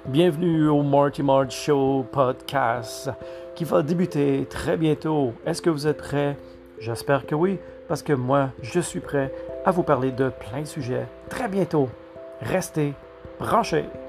Bienvenue au Marty Mart Show podcast qui va débuter très bientôt. Est-ce que vous êtes prêts? J'espère que oui, parce que moi, je suis prêt à vous parler de plein de sujets très bientôt. Restez branchés.